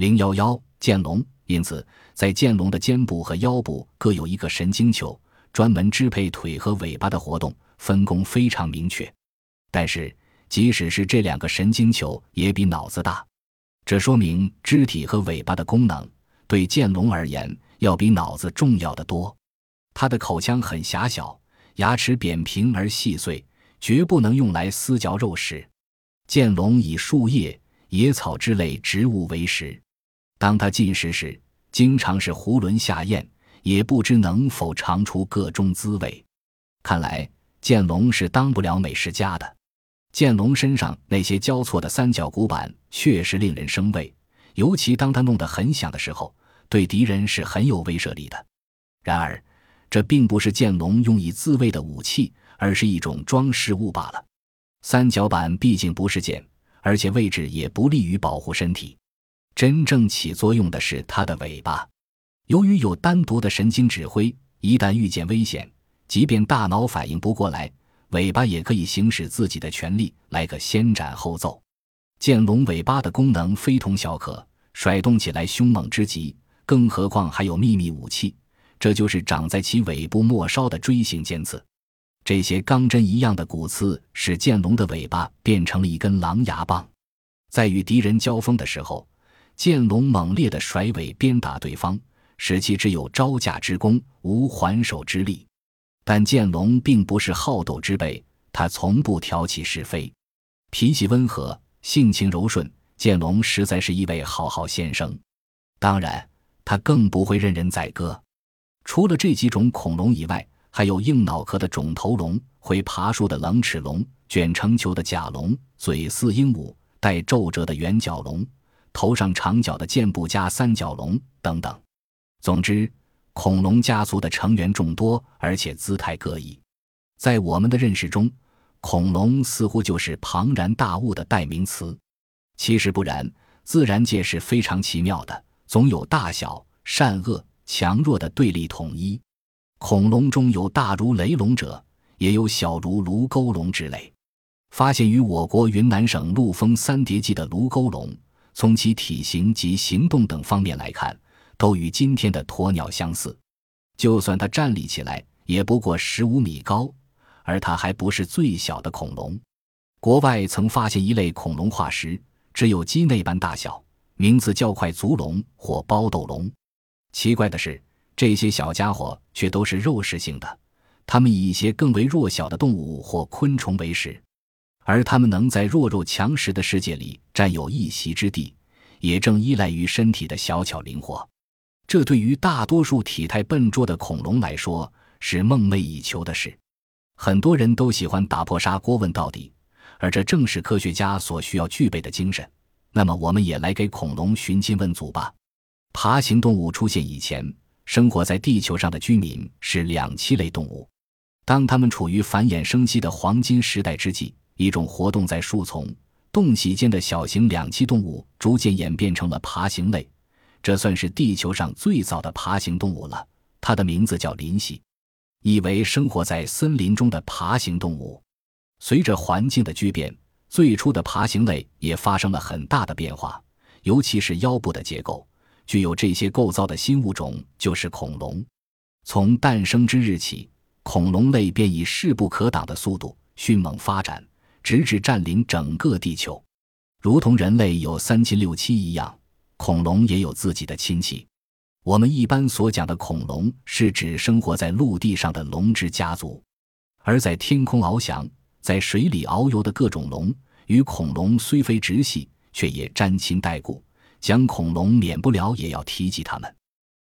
011剑龙，因此在剑龙的肩部和腰部各有一个神经球，专门支配腿和尾巴的活动，分工非常明确。但是即使是这两个神经球也比脑子大，这说明肢体和尾巴的功能对剑龙而言要比脑子重要得多。它的口腔很狭小，牙齿扁平而细碎，绝不能用来撕嚼肉食。剑龙以树叶、野草之类植物为食。当它进食时，经常是囫囵下咽，也不知能否尝出个中滋味。看来剑龙是当不了美食家的。剑龙身上那些交错的三角骨板确实令人生畏，尤其当它弄得很响的时候，对敌人是很有威慑力的。然而这并不是剑龙用以自卫的武器，而是一种装饰物罢了。三角板毕竟不是剑，而且位置也不利于保护身体。真正起作用的是它的尾巴。由于有单独的神经指挥，一旦遇见危险，即便大脑反应不过来，尾巴也可以行使自己的权利，来个先斩后奏。剑龙尾巴的功能非同小可，甩动起来凶猛之极，更何况还有秘密武器，这就是长在其尾部末梢的锥形尖刺。这些钢针一样的骨刺使剑龙的尾巴变成了一根狼牙棒。在与敌人交锋的时候，剑龙猛烈地甩尾鞭打对方，使其只有招架之功，无还手之力。但剑龙并不是好斗之辈，他从不挑起是非，脾气温和，性情柔顺，剑龙实在是一位好先生。当然他更不会任人宰割。除了这几种恐龙以外，还有硬脑壳的肿头龙，会爬树的冷齿龙，卷成球的甲龙，嘴似鹦鹉，带皱褶的圆角龙，头上长角的剑部加三角龙等等。总之，恐龙家族的成员众多，而且姿态各异。在我们的认识中，恐龙似乎就是庞然大物的代名词。其实不然，自然界是非常奇妙的，总有大小、善恶、强弱的对立统一。恐龙中有大如雷龙者，也有小如卢沟龙之类。发现于我国云南省陆丰三叠纪的卢沟龙，从其体型及行动等方面来看，都与今天的鸵鸟相似。就算它站立起来，也不过15米高，而它还不是最小的恐龙。国外曾发现一类恐龙化石，只有鸡内般大小，名字叫块足龙或包斗龙。奇怪的是，这些小家伙却都是肉食性的，它们以一些更为弱小的动物或昆虫为食，而它们能在弱肉强食的世界里占有一席之地，也正依赖于身体的小巧灵活。这对于大多数体态笨拙的恐龙来说是梦寐以求的事。很多人都喜欢打破砂锅问到底，而这正是科学家所需要具备的精神。那么我们也来给恐龙寻亲问祖吧。爬行动物出现以前，生活在地球上的居民是两栖类动物。当它们处于繁衍生息的黄金时代之际，一种活动在树丛、洞隙间的小型两栖动物逐渐演变成了爬行类，这算是地球上最早的爬行动物了。它的名字叫林蜥，意为生活在森林中的爬行动物。随着环境的巨变，最初的爬行类也发生了很大的变化，尤其是腰部的结构。具有这些构造的新物种就是恐龙。从诞生之日起，恐龙类便以势不可挡的速度迅猛发展，直至占领整个地球。如同人类有三亲六戚一样，恐龙也有自己的亲戚。我们一般所讲的恐龙是指生活在陆地上的龙之家族，而在天空翱翔、在水里遨游的各种龙，与恐龙虽非直系，却也沾亲带故，讲恐龙免不了也要提及它们。